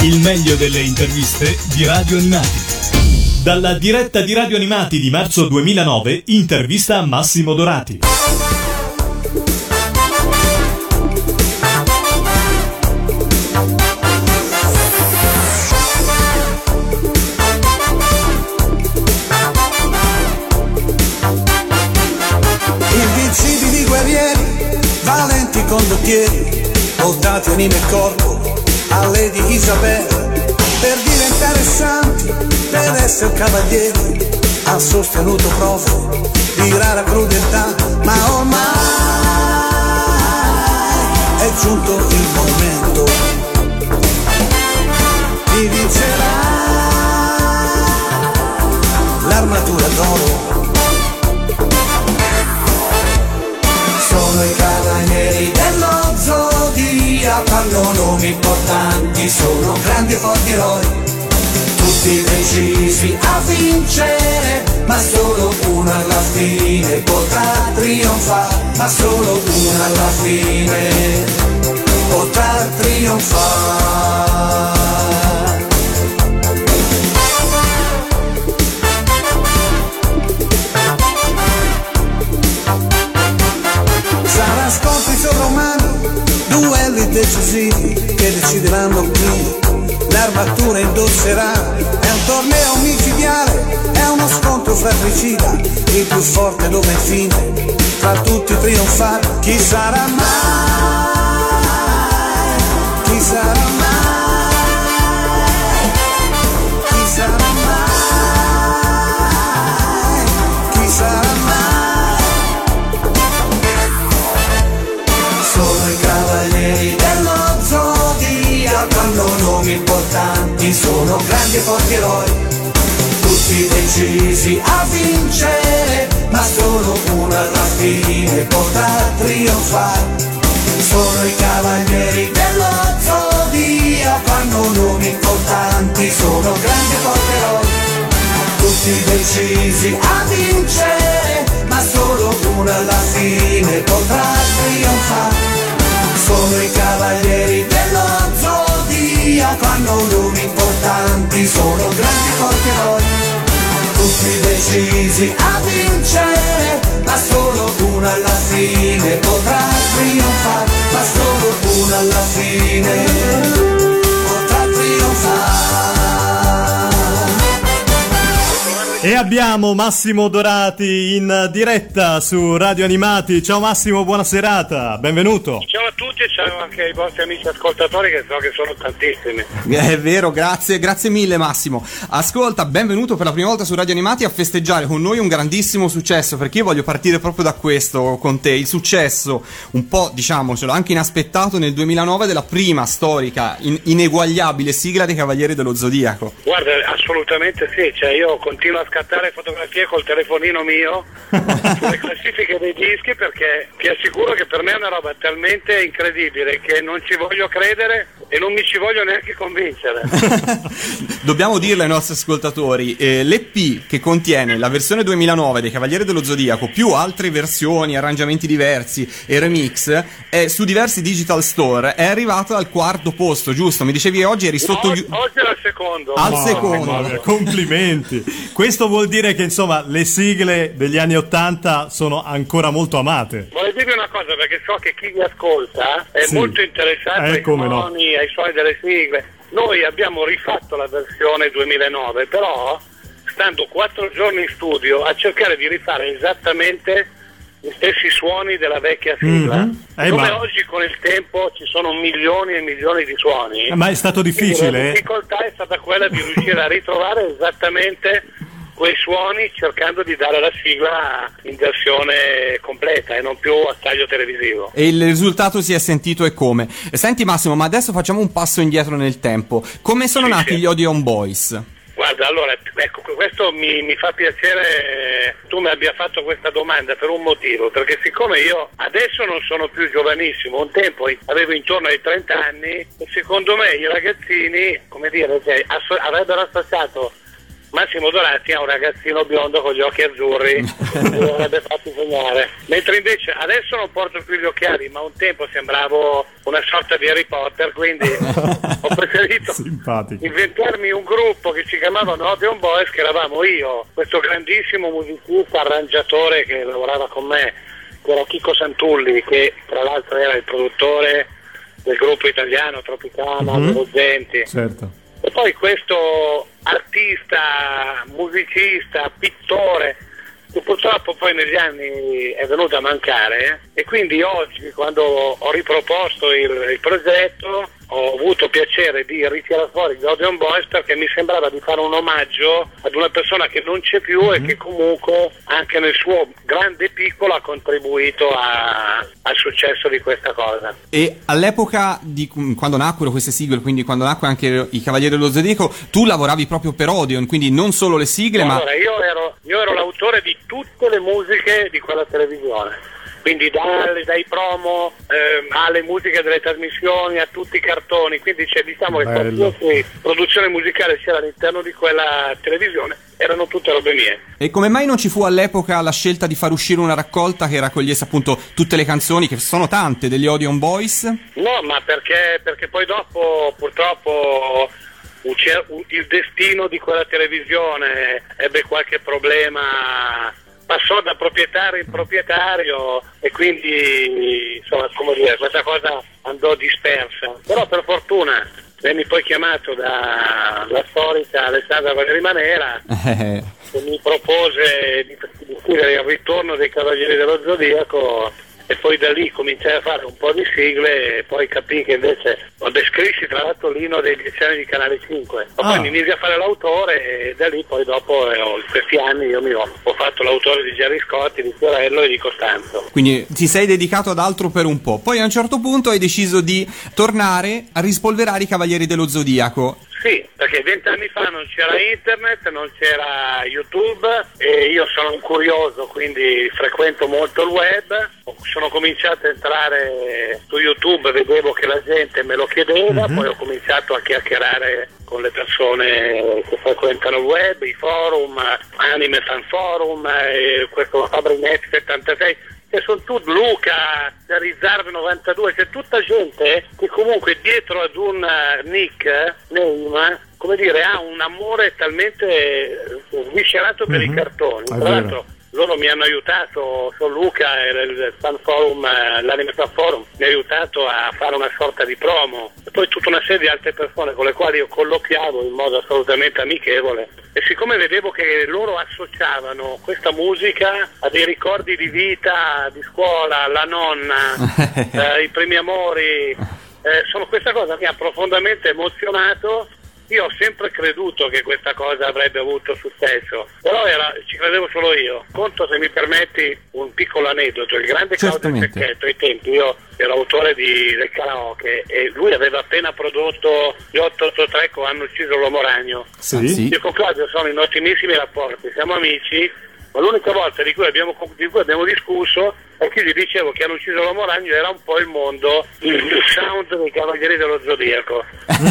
Il meglio delle interviste di Radio Animati. Dalla diretta di Radio Animati di marzo 2009, intervista a Massimo Dorati. Invincibili guerrieri, valenti condottieri, voltati anima e corpo a Lady Isabel, per diventare santi, per essere cavalieri, ha sostenuto prove di rara crudeltà, ma ormai è giunto il momento di vincerà l'armatura d'oro. Sono i cavalieri dello Zodiaco, hanno nomi importanti, sono grandi e forti eroi, tutti decisi a vincere, ma solo uno alla fine potrà trionfare, ma solo uno alla fine potrà trionfare. Sarà scontri sovrumani, duelli decisivi che decideranno chi l'armatura indosserà. È un torneo micidiale, è uno scontro fratricida, il più forte dove infine tra tutti trionfare. Chi sarà mai? Chi sarà mai? Chi sarà mai? Chi sarà mai? Sono i cavalieri dello Zodiaco, hanno nomi importanti, sono grandi e forti eroi, tutti decisi a vincere, ma solo uno alla fine potrà trionfare. Sono i cavalieri dello Zodiaco, hanno nomi importanti, sono grandi e forti eroi, tutti decisi a vincere, ma solo uno alla fine potrà trionfare. Sono i cavalieri dello Zodiaco, hanno nomi importanti, sono grandi e forti eroi, tutti decisi a vincere, ma solo uno alla fine potrà trionfare, ma solo uno alla fine potrà trionfare. E abbiamo Massimo Dorati in diretta su Radio Animati. Ciao Massimo, buona serata, benvenuto. Ciao a tutti e ciao anche ai vostri amici ascoltatori, che so che sono tantissimi. È vero, grazie mille Massimo. Ascolta, benvenuto per la prima volta su Radio Animati a festeggiare con noi un grandissimo successo, perché io voglio partire proprio da questo con te, il successo un po', diciamocelo, anche inaspettato nel 2009 della prima storica, ineguagliabile sigla dei Cavalieri dello Zodiaco. Guarda, assolutamente sì, cioè io continuo a scattare fotografie col telefonino mio sulle classifiche dei dischi, perché ti assicuro che per me è una roba talmente incredibile che non ci voglio credere e non mi ci voglio neanche convincere. Dobbiamo dirle ai nostri ascoltatori, l'EP che contiene la versione 2009 dei Cavalieri dello Zodiaco più altre versioni, arrangiamenti diversi e remix su diversi digital store è arrivata al quarto posto, giusto? Mi dicevi oggi eri sotto oggi è al secondo. Mamma, complimenti. Questo vuol dire che insomma le sigle degli anni 80 sono ancora molto amate. Vorrei dirvi una cosa, perché so che chi vi ascolta è molto interessato ai suoni, ai suoni delle sigle. Noi abbiamo rifatto la versione 2009, però stando 4 giorni in studio a cercare di rifare esattamente gli stessi suoni della vecchia sigla. Come oggi con il tempo ci sono milioni e milioni di suoni. Ma è stato difficile. La difficoltà è stata quella di riuscire a ritrovare esattamente quei suoni, cercando di dare la sigla in versione completa e non più a taglio televisivo. E il risultato si è sentito e come. Senti Massimo, ma adesso facciamo un passo indietro nel tempo. Come sono nati gli Odeon Boys? Guarda, allora, ecco, questo mi fa piacere tu mi abbia fatto questa domanda per un motivo, perché siccome io adesso non sono più giovanissimo, un tempo avevo intorno ai 30 anni e secondo me i ragazzini, come dire, cioè, avrebbero associato Massimo Dorati a un ragazzino biondo con gli occhi azzurri che lo avrebbe fatto sognare, mentre invece adesso non porto più gli occhiali, ma un tempo sembravo una sorta di Harry Potter, quindi ho preferito Simpatico. inventarmi un gruppo che si chiamava Odeon Boys, che eravamo io, questo grandissimo musicista, arrangiatore che lavorava con me, che era Chico Santulli, che tra l'altro era il produttore del gruppo italiano Tropicana, dello Genti. Certo. E poi questo artista, musicista, pittore, che purtroppo poi negli anni è venuto a mancare, e quindi oggi, quando ho riproposto il progetto, ho avuto piacere di ritirare fuori gli Odeon Boys, perché mi sembrava di fare un omaggio ad una persona che non c'è più e che comunque anche nel suo grande e piccolo ha contribuito al successo di questa cosa. E all'epoca quando nacquero queste sigle, quindi quando nacque anche i Cavalieri dello Zodiaco, tu lavoravi proprio per Odeon, quindi non solo le sigle, Allora, io ero l'autore di tutte le musiche di quella televisione. Quindi dai promo alle musiche delle trasmissioni, a tutti i cartoni, quindi diciamo che qualsiasi produzione musicale c'era all'interno di quella televisione erano tutte robe mie. E come mai non ci fu all'epoca la scelta di far uscire una raccolta che raccogliesse appunto tutte le canzoni, che sono tante, degli Odeon Boys? No, ma perché poi dopo purtroppo il destino di quella televisione ebbe qualche problema, passò da proprietario in proprietario, e quindi insomma, come dire, questa cosa andò dispersa. Però per fortuna venni poi chiamato dalla storica Alessandra Valeri Manera, che mi propose di scrivere il ritorno dei Cavalieri dello Zodiaco, e poi da lì cominciai a fare un po' di sigle, e poi capii che invece ho descrissi tra l'altro l'inno dei 10 anni di Canale 5, poi mi misi a fare l'autore, e da lì poi dopo in questi anni io ho fatto l'autore di Gerry Scotti, di Fiorello e di Costanzo. Quindi ti sei dedicato ad altro per un po', poi a un certo punto hai deciso di tornare a rispolverare i Cavalieri dello Zodiaco. Sì, perché 20 anni fa non c'era internet, non c'era YouTube, e io sono un curioso, quindi frequento molto il web. Sono cominciato a entrare su YouTube, vedevo che la gente me lo chiedeva, poi ho cominciato a chiacchierare con le persone che frequentano il web, i forum, Anime Fan Forum, questo Fabrinetti 76, che sono tutti, Luca, Rizzardo 92, c'è tutta gente che comunque dietro ad un name, come dire, ha un amore talmente sviscerato per i cartoni. Tra l'altro loro mi hanno aiutato, Son Luca e il Fan Forum, l'Anime Fan Forum, mi ha aiutato a fare una sorta di promo, e poi tutta una serie di altre persone con le quali io colloquiavo in modo assolutamente amichevole, e siccome vedevo che loro associavano questa musica a dei ricordi di vita, di scuola, la nonna, i primi amori, questa cosa mi ha profondamente emozionato. Io ho sempre creduto che questa cosa avrebbe avuto successo, però ci credevo solo io. Conto, se mi permetti, un piccolo aneddoto. Il grande Claudio Cecchetto, ai tempi, io ero autore del karaoke, e lui aveva appena prodotto gli 883 che hanno ucciso l'uomo ragno. Sì. Io con Claudio sono in ottimissimi rapporti, siamo amici, ma l'unica volta di cui abbiamo discusso è che gli dicevo che hanno ucciso l'uomo ragno era un po' il mondo, il sound dei Cavalieri dello Zodiaco.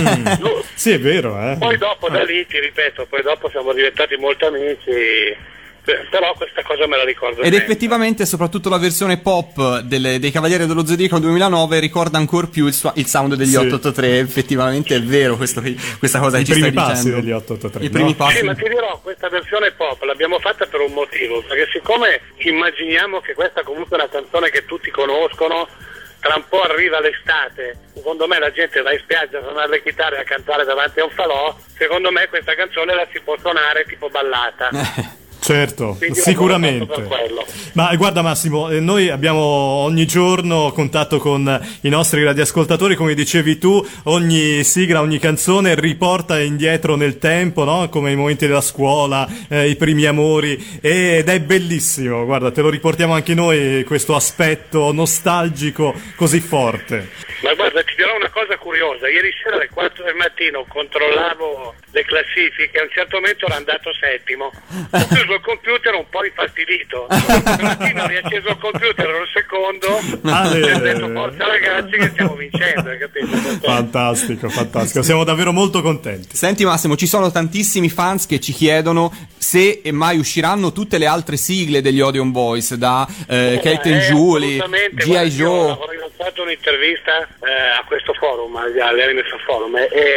Sì, è vero, Poi dopo da lì, ti ripeto, poi dopo siamo diventati molto amici, però questa cosa me la ricordo ed sempre. Effettivamente soprattutto la versione pop dei Cavalieri dello Zodiaco 2009 ricorda ancor più il sound degli 883. Effettivamente è vero questa cosa che ci stai dicendo. I primi passi degli 883. I primi passi. Sì, ma ti dirò, questa versione pop l'abbiamo fatta per un motivo, perché siccome immaginiamo che questa comunque è una canzone che tutti conoscono, tra un po' arriva l'estate, secondo me la gente va in spiaggia a suonare le chitarre e a cantare davanti a un falò, secondo me questa canzone la si può suonare tipo ballata. Certo, quindi sicuramente. Ma guarda Massimo, noi abbiamo ogni giorno contatto con i nostri radioascoltatori, come dicevi tu, ogni sigla, ogni canzone riporta indietro nel tempo, no? Come i momenti della scuola, i primi amori, ed è bellissimo, guarda, te lo riportiamo anche noi, questo aspetto nostalgico così forte. Ma guarda, ti dirò una cosa curiosa, ieri sera alle 4 del mattino controllavo le classifiche, a un certo momento ero andato settimo, ho chiuso il computer un po' infastidito, stamattina ho riacceso il computer, ero il secondo, e ho detto forza ragazzi che stiamo vincendo, hai capito? Fantastico, siamo davvero molto contenti. Senti Massimo, ci sono tantissimi fans che ci chiedono se e mai usciranno tutte le altre sigle degli Odeon Boys, da Kate and Julie, G.I. Joe. Ho rilasciato un'intervista a questo forum, all'Anime Fan Forum, e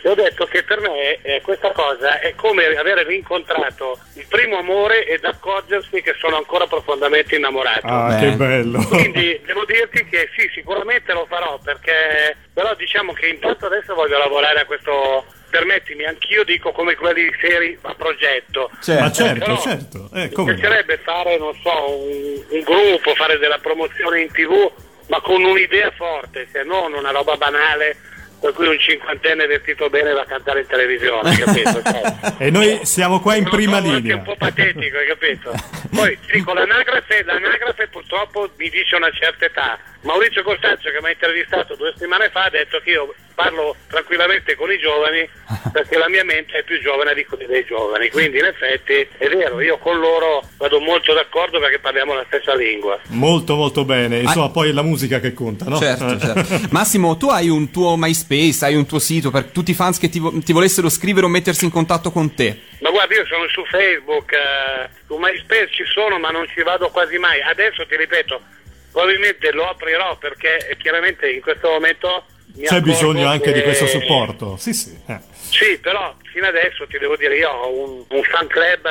e ho detto che per me questa cosa è come avere rincontrato il primo amore ed accorgersi che sono ancora profondamente innamorato. Che bello. Quindi devo dirti che sì, sicuramente lo farò, perché però diciamo che intanto adesso voglio lavorare a questo, permettimi, anch'io dico come quelli seri a progetto. Ma certo. Mi Come piacerebbe fare, non so, un gruppo, fare della promozione in TV, ma con un'idea forte, se non una roba banale per cui un cinquantenne vestito bene va a cantare in televisione, capito? E noi siamo qua in prima linea. È un po' patetico, hai capito? Poi ti dico, l'anagrafe purtroppo mi dice una certa età. Maurizio Costanzo, che mi ha intervistato 2 settimane fa, ha detto che io parlo tranquillamente con i giovani perché la mia mente è più giovane di quella dei giovani, quindi in effetti è vero, io con loro vado molto d'accordo perché parliamo la stessa lingua. Molto molto bene, insomma poi è la musica che conta, no? Certo. Massimo, tu hai un tuo MySpace, hai un tuo sito per tutti i fans che ti volessero scrivere o mettersi in contatto con te? Ma guarda, io sono su Facebook, su MySpace ci sono, ma non ci vado quasi mai. Adesso ti ripeto, probabilmente lo aprirò perché chiaramente in questo momento c'è bisogno anche di questo supporto. Sì. Sì, però fino adesso ti devo dire, io ho un fan club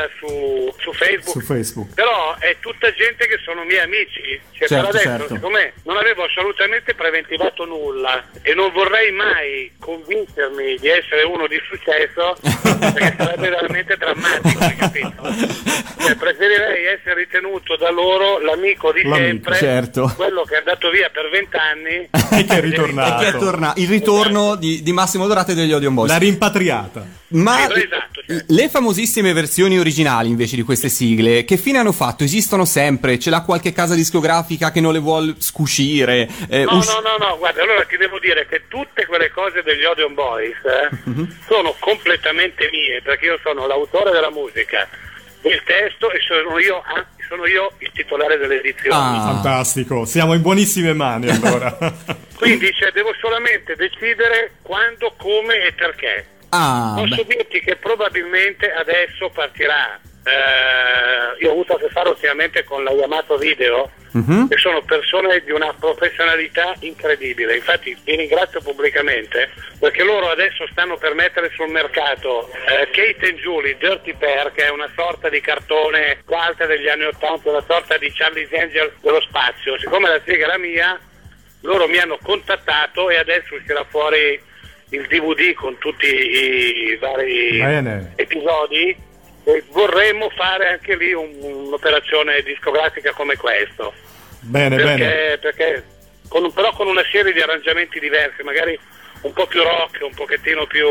su Facebook, però è tutta gente che sono miei amici, cioè per adesso siccome non avevo assolutamente preventivato nulla e non vorrei mai convincermi di essere uno di successo perché sarebbe veramente drammatico, hai capito? Cioè, preferirei essere ritenuto da loro l'amico di sempre, quello che è andato via per 20 anni e che è ritornato. Il ritorno di Massimo Dorati e degli Odeon Boys. La rimpatriata. Ma esatto, certo. Le famosissime versioni originali invece di queste sigle, che fine hanno fatto? Esistono sempre? Ce l'ha qualche casa discografica che non le vuol scuscire? No, guarda, allora ti devo dire che tutte quelle cose degli Odeon Boys sono completamente mie, perché io sono l'autore della musica, del testo, e sono io il titolare delle edizioni. Fantastico, siamo in buonissime mani allora. Quindi devo solamente decidere quando, come e perché. Posso dirti che probabilmente adesso partirà. Io ho avuto a che fare ultimamente con la Yamato Video, che sono persone di una professionalità incredibile. Infatti vi ringrazio pubblicamente perché loro adesso stanno per mettere sul mercato Kate and Julie Dirty Pair, che è una sorta di cartone qualche degli anni 80, una sorta di Charlie's Angel dello spazio. Siccome la sigla era mia, loro mi hanno contattato e adesso uscirà fuori il DVD con tutti i vari episodi, e vorremmo fare anche lì un'operazione discografica come questo. Perché però con una serie di arrangiamenti diversi, magari un po' più rock, un pochettino più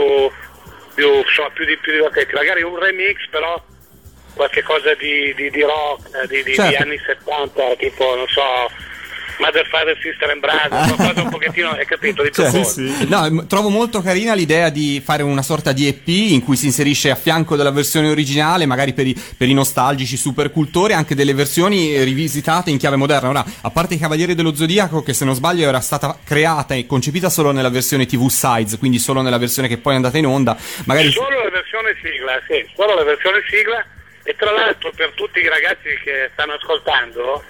divertenti, magari un remix, però qualche cosa di rock di anni 70, tipo non so, Mother, Father, Sister and Brother, qualcosa un pochettino, hai capito, di più sì. No, trovo molto carina l'idea di fare una sorta di EP in cui si inserisce a fianco della versione originale, magari per i nostalgici supercultori, anche delle versioni rivisitate in chiave moderna. Ora, a parte i Cavalieri dello Zodiaco, che se non sbaglio era stata creata e concepita solo nella versione TV Sides, quindi solo nella versione che poi è andata in onda, magari solo la versione sigla, e tra l'altro per tutti i ragazzi che stanno ascoltando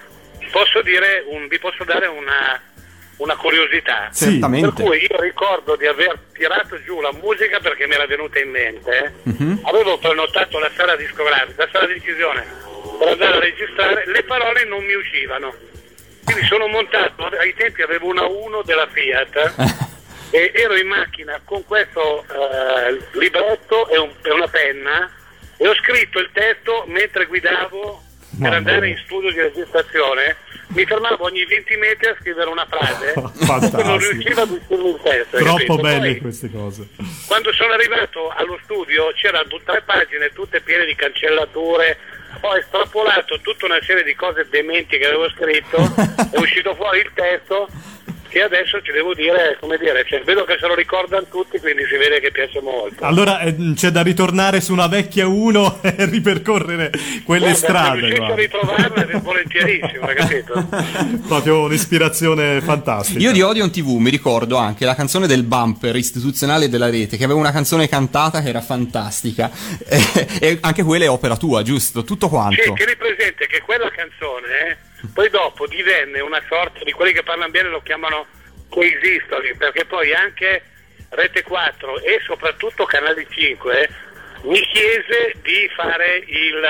vi posso dare una curiosità. Certamente. Per cui io ricordo di aver tirato giù la musica perché mi era venuta in mente. Avevo prenotato la sala discografica, la sala di decisione per andare a registrare, le parole non mi uscivano. Quindi sono montato, ai tempi avevo una 1 della Fiat e ero in macchina con questo libretto e una penna e ho scritto il testo mentre guidavo per andare in studio di registrazione. Mi fermavo ogni 20 metri a scrivere una frase e non riuscivo ad uscire il testo. Troppo belle queste cose. Quando sono arrivato allo studio c'erano 3 pagine tutte piene di cancellature, ho estrapolato tutta una serie di cose dementi che avevo scritto, è uscito fuori il testo che adesso ci devo dire, vedo che se lo ricordano tutti, quindi si vede che piace molto. Allora c'è da ritornare su una vecchia 1 e ripercorrere quelle strade. Se riuscissi a ritrovarla volentierissimo, hai capito? Proprio un'ispirazione fantastica. Io di Odeon TV mi ricordo anche la canzone del bumper istituzionale della rete, che aveva una canzone cantata che era fantastica, e anche quella è opera tua, giusto? Tutto quanto. Sì, tieni presente che quella canzone poi dopo divenne una sorta di quelli che parlano bene lo chiamano case history, perché poi anche Rete 4 e soprattutto Canale 5 mi chiese di fare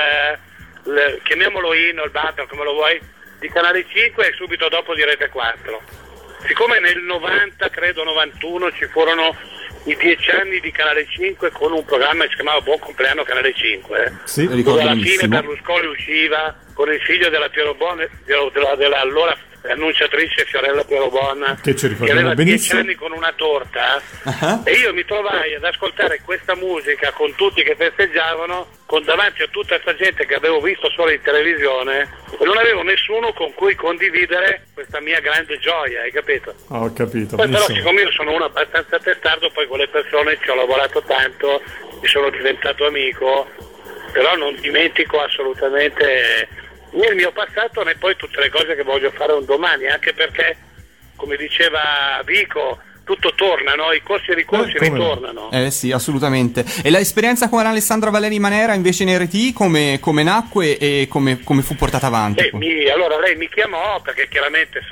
chiamiamolo il battle come lo vuoi, di Canale 5 e subito dopo di Rete 4. Siccome nel 90, credo 91, ci furono i 10 anni di Canale 5 con un programma che si chiamava Buon compleanno Canale 5, Sì, dove alla fine Berlusconi usciva con il figlio della Piero Bon, della allora annunciatrice Fiorella Piero Bon, che ci che aveva 10 benissimo. anni con una torta, e io mi trovai ad ascoltare questa musica con tutti che festeggiavano, con davanti a tutta questa gente che avevo visto solo in televisione, e non avevo nessuno con cui condividere questa mia grande gioia, hai capito? Ho capito. Poi però benissimo. siccome io sono uno abbastanza testardo, poi con le persone ci ho lavorato tanto, mi sono diventato amico, però non dimentico assolutamente né il mio passato né poi tutte le cose che voglio fare un domani, anche perché, come diceva Vico, tutto torna, no? I corsi e i ricorsi come ritornano. Sì, assolutamente. E l'esperienza con Alessandra Valeri Manera invece in RTI come nacque e come fu portata avanti? Allora lei mi chiamò perché chiaramente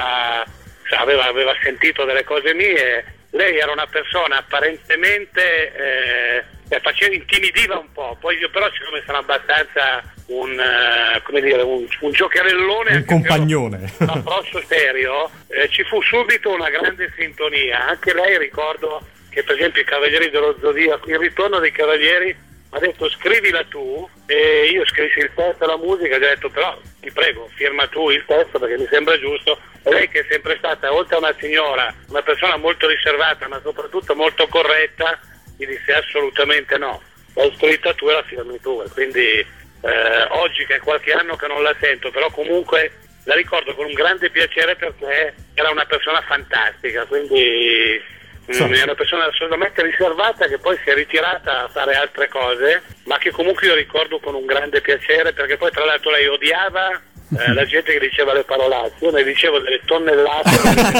aveva sentito delle cose mie. Lei era una persona apparentemente intimidiva un po', poi io però siccome sono abbastanza un giocherellone, un compagnone, un approccio serio, ci fu subito una grande sintonia. Anche lei, ricordo che per esempio i Cavalieri dello Zodiaco, il ritorno dei Cavalieri, mi ha detto scrivila tu, e io scrissi il testo e la musica, gli ho detto però ti prego firma tu il testo perché mi sembra giusto. E lei, che è sempre stata, oltre a una signora, una persona molto riservata ma soprattutto molto corretta, mi disse assolutamente no, l'hai scritta tu e la firmi tu. E quindi oggi, che è qualche anno che non la sento, però comunque la ricordo con un grande piacere perché era una persona fantastica, quindi è una persona assolutamente riservata che poi si è ritirata a fare altre cose, ma che comunque io ricordo con un grande piacere, perché poi tra l'altro lei odiava la gente che diceva le parolacce, io ne dicevo delle tonnellate.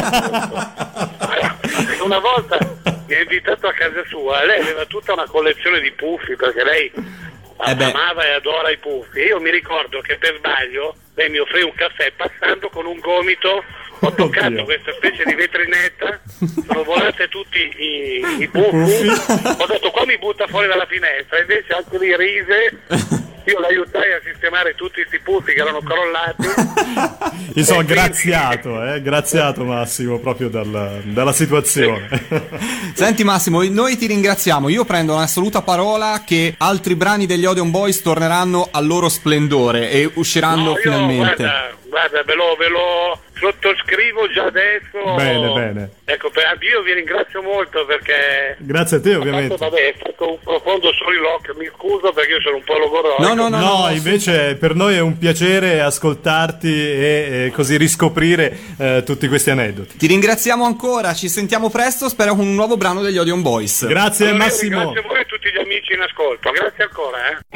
Una volta mi ha invitato a casa sua, lei aveva tutta una collezione di puffi perché lei amava e adora i puffi. Io mi ricordo che per sbaglio lei mi offrì un caffè passando con un gomito, ho toccato questa specie di vetrinetta, sono volate tutti i puffi, ho detto qua mi butta fuori dalla finestra, invece anche lì rise. Io l'aiutai a sistemare tutti questi puffi che erano crollati. Io sono graziato Massimo proprio dalla situazione. Senti Massimo, noi ti ringraziamo. Io prendo un'assoluta parola che altri brani degli Odeon Boys torneranno al loro splendore e usciranno finalmente. Guarda, ve lo sottoscrivo già adesso. Bene. Ecco, io vi ringrazio molto perché... Grazie a te, ovviamente. È stato un profondo soliloquio, mi scuso perché io sono un po' logorroico. No, invece per noi è un piacere ascoltarti e così riscoprire tutti questi aneddoti. Ti ringraziamo ancora, ci sentiamo presto, spero con un nuovo brano degli Odeon Boys. Grazie allora, Massimo. Grazie a voi e a tutti gli amici in ascolto, grazie ancora.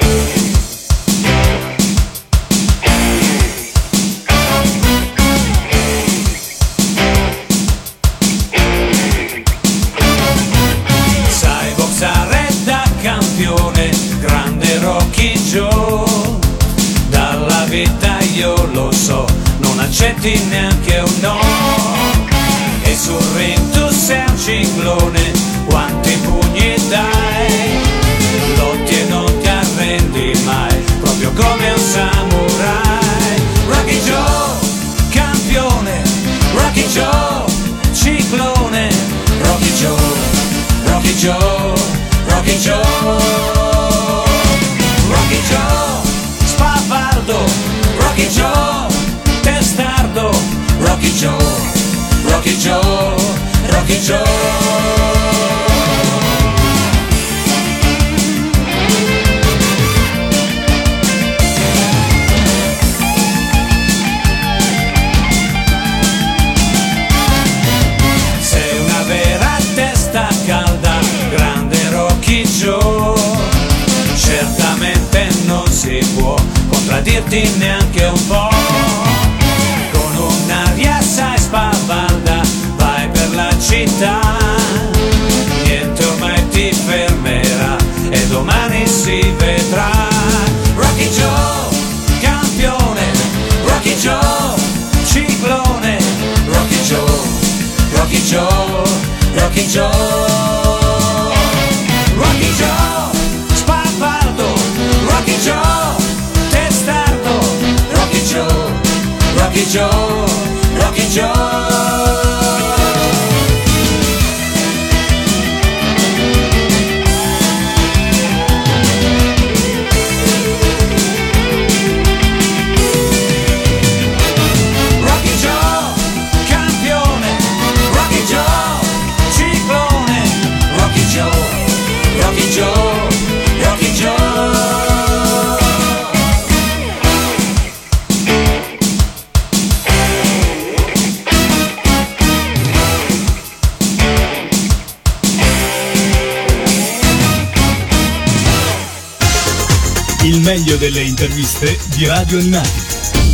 Campione, grande Rocky Joe, dalla vita io lo so, non accetti neanche un no, e sul ring tu sei un ciclone, quanti pugni dai, lotti e non ti arrendi mai, proprio come un samurai. Rocky Joe, campione, Rocky Joe, ciclone, Rocky Joe, Rocky Joe, Rocky Joe, Rocky Joe, spavaldo, Rocky Joe, testardo, Rocky Joe, Rocky Joe, Rocky Joe. Sei una vera testa calda, grande Rocky Joe, certamente non si può contraddirti neanche un po', con un'aria sai spavalda, vai per la città, niente ormai ti fermerà e domani si vedrà. Rocky Joe, campione, Rocky Joe, ciclone, Rocky Joe, Rocky Joe, Rocky Joe. meglio delle interviste di Radio Animati.